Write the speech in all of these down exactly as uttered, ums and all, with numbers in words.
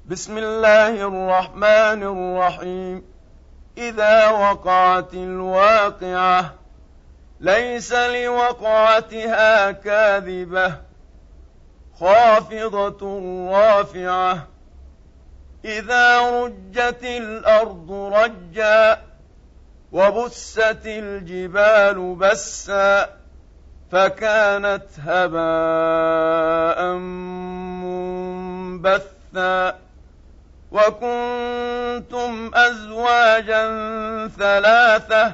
بسم الله الرحمن الرحيم. إذا وقعت الواقعة ليس لوقعتها كاذبة خافضة رافعة إذا رجت الأرض رجا وبست الجبال بسا فكانت هباء منبثا وكنتم أزواجا ثلاثة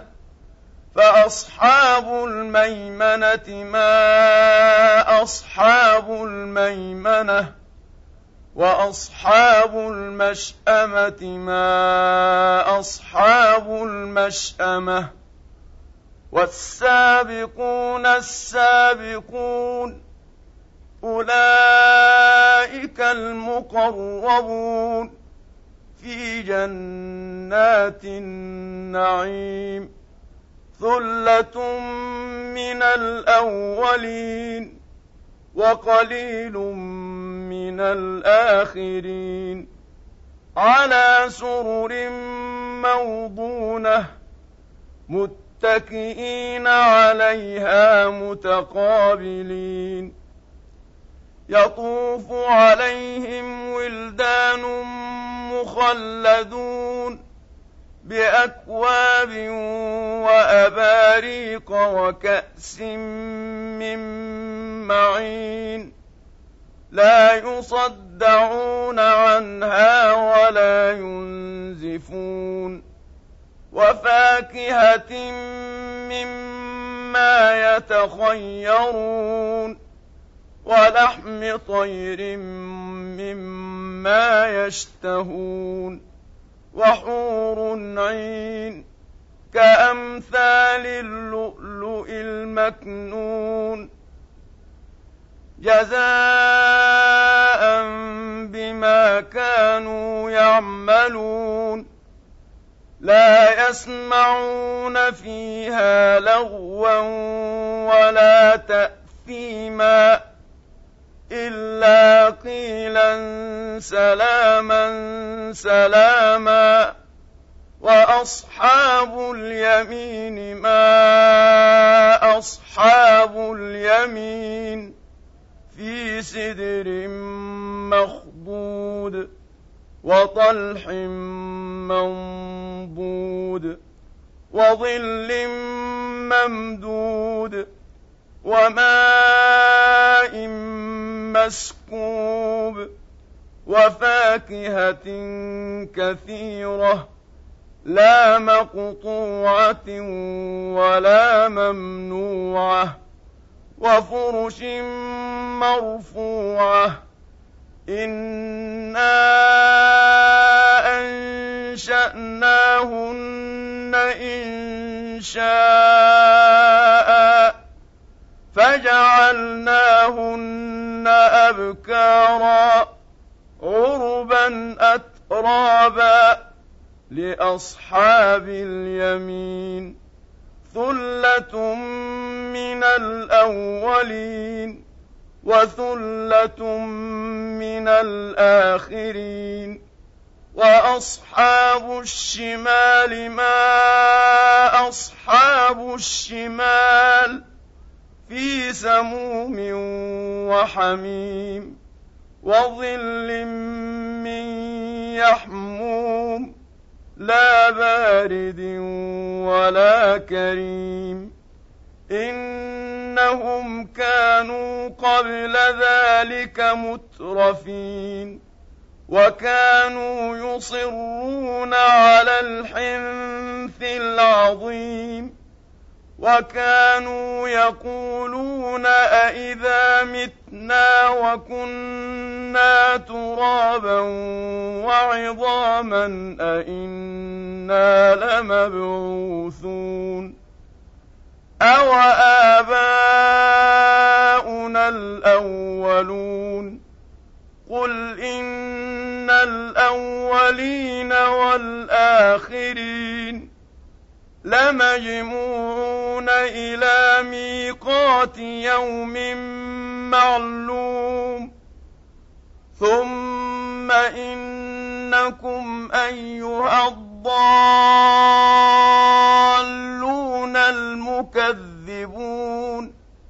فأصحاب الميمنة ما أصحاب الميمنة وأصحاب المشأمة ما أصحاب المشأمة والسابقون السابقون أولئك المقربون في جنات النعيم ثلة من الأولين وقليل من الآخرين على سرر موضونة متكئين عليها متقابلين يطوف عليهم ولدان مخلدون بأكواب وأباريق وكأس من معين لا يصدعون عنها ولا ينزفون وفاكهة مما يتخيرون ولحم طير مما يشتهون وحور عين كأمثال اللؤلؤ المكنون جزاء بما كانوا يعملون لا يسمعون فيها لغوا ولا تأثيما إلا قيلا سلاما سلاما وأصحاب اليمين ما أصحاب اليمين في سدر مخضود وطلح منضود وظل ممدود وماء مسكوب وفاكهة كثيرة لا مقطوعة ولا ممنوعة وفرش مرفوعة إنا أنشأناهن إنشاء فجعلناهن أبكارا عربا أترابا لأصحاب اليمين ثلة من الأولين وثلة من الآخرين وأصحاب الشمال ما أصحاب الشمال في سموم وحميم وظل من يحموم لا بارد ولا كريم إنهم كانوا قبل ذلك مترفين وكانوا يصرون على الحنث العظيم وكانوا يقولون أئذا متنا وكنا ترابا وعظاما أئنا لمبعوثون أو آباؤنا الأولون قل إن الأولين والآخرين لمجموعون إلى ميقات يوم معلوم ثم إن إنكم أيها الضالون المكذبون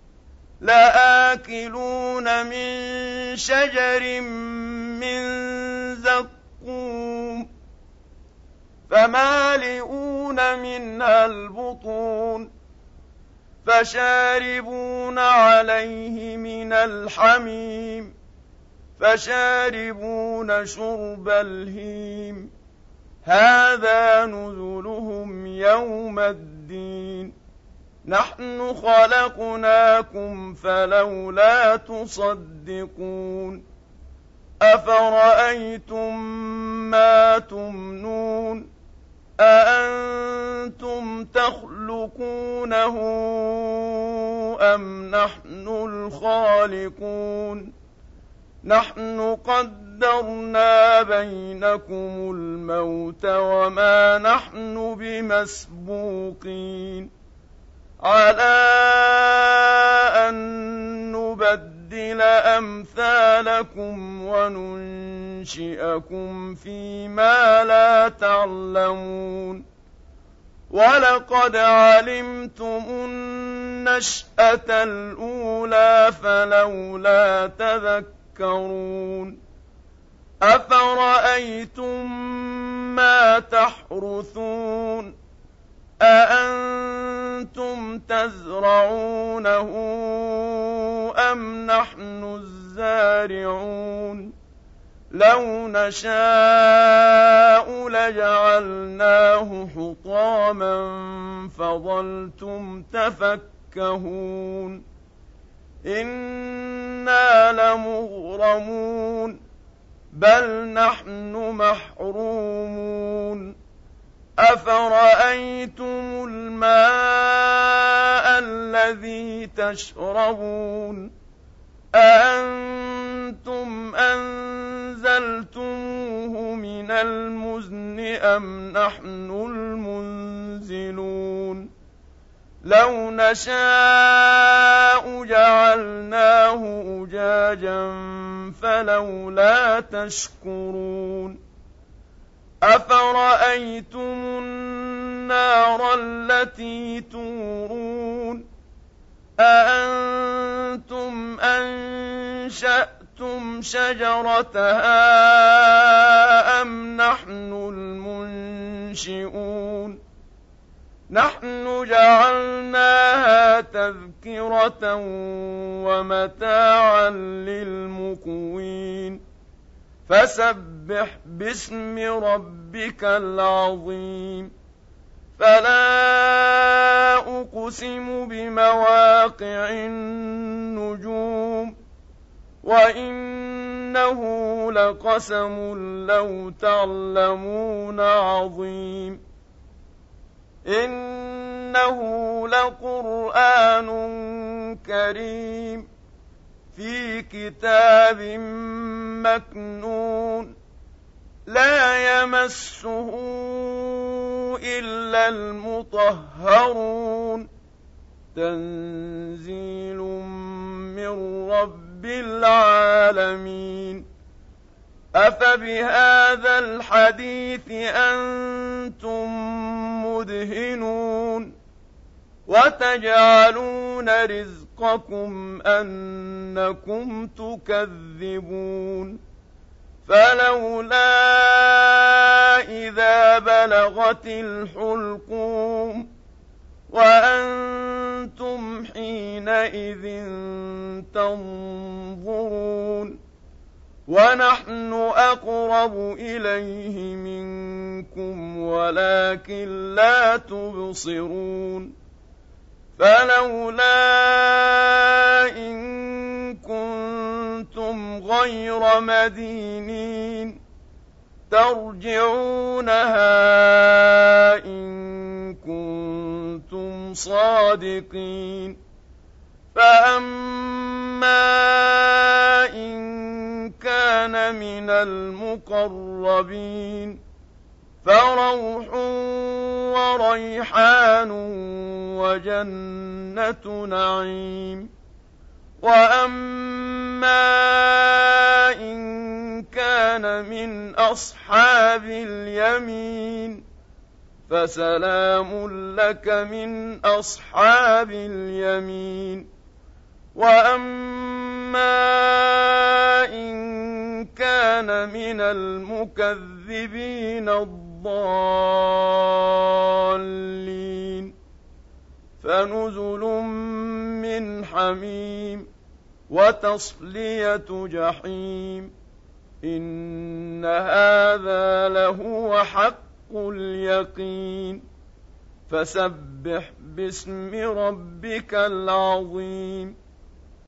لآكلون من شجر من زقوم فمالئون منها البطون فشاربون عليه من الحميم فشاربون شرب الهيم هذا نزلهم يوم الدين نحن خلقناكم فلولا تصدقون أفرأيتم ما تمنون أأنتم تخلقونه أم نحن الخالقون نحن قدرنا بينكم الموت وما نحن بمسبوقين على أن نبدل أمثالكم وننشئكم فيما لا تعلمون ولقد علمتم النشأة الأولى فلولا تذكرون أفرأيتم ما تحرثون أأنتم تزرعونه أم نحن الزارعون لو نشاء لجعلناه حطاما فظلتم تفكهون إنا لمغرمون بل نحن محرومون أفرأيتم الماء الذي تشربون أأنتم أنزلتموه من المزن أم نحن المنزلون لو نشاء جعلناه أجاجا فلولا تشكرون أفرأيتم النار التي تورون أأنتم أنشأتم شجرتها أم نحن المنشئون نحن جعلناها تذكرة ومتاعا للمقوين فسبح باسم ربك العظيم فلا أقسم بمواقع النجوم وإنه لقسم لو تعلمون عظيم إنه لقرآن كريم في كتاب مكنون لا يمسه إلا المطهرون تنزيل من رب العالمين أفبهذا الحديث أنتم مدهنون وتجعلون رزقكم أنكم تكذبون فلولا إذا بلغت الحلقوم وأنتم حينئذ تنظرون ونحن أقرب إليه منكم ولكن لا تبصرون فلولا إن كنتم غير مدينين ترجعونها إن كنتم صادقين فأما إن كان من المقربين فروح وريحان وجنة نعيم وأما إن كان من أصحاب اليمين فسلام لك من أصحاب اليمين. وأما إن كان من المكذبين الضالين فنزل من حميم وتصلية جحيم. إن هذا لهو حق اليقين. فسبح باسم ربك العظيم.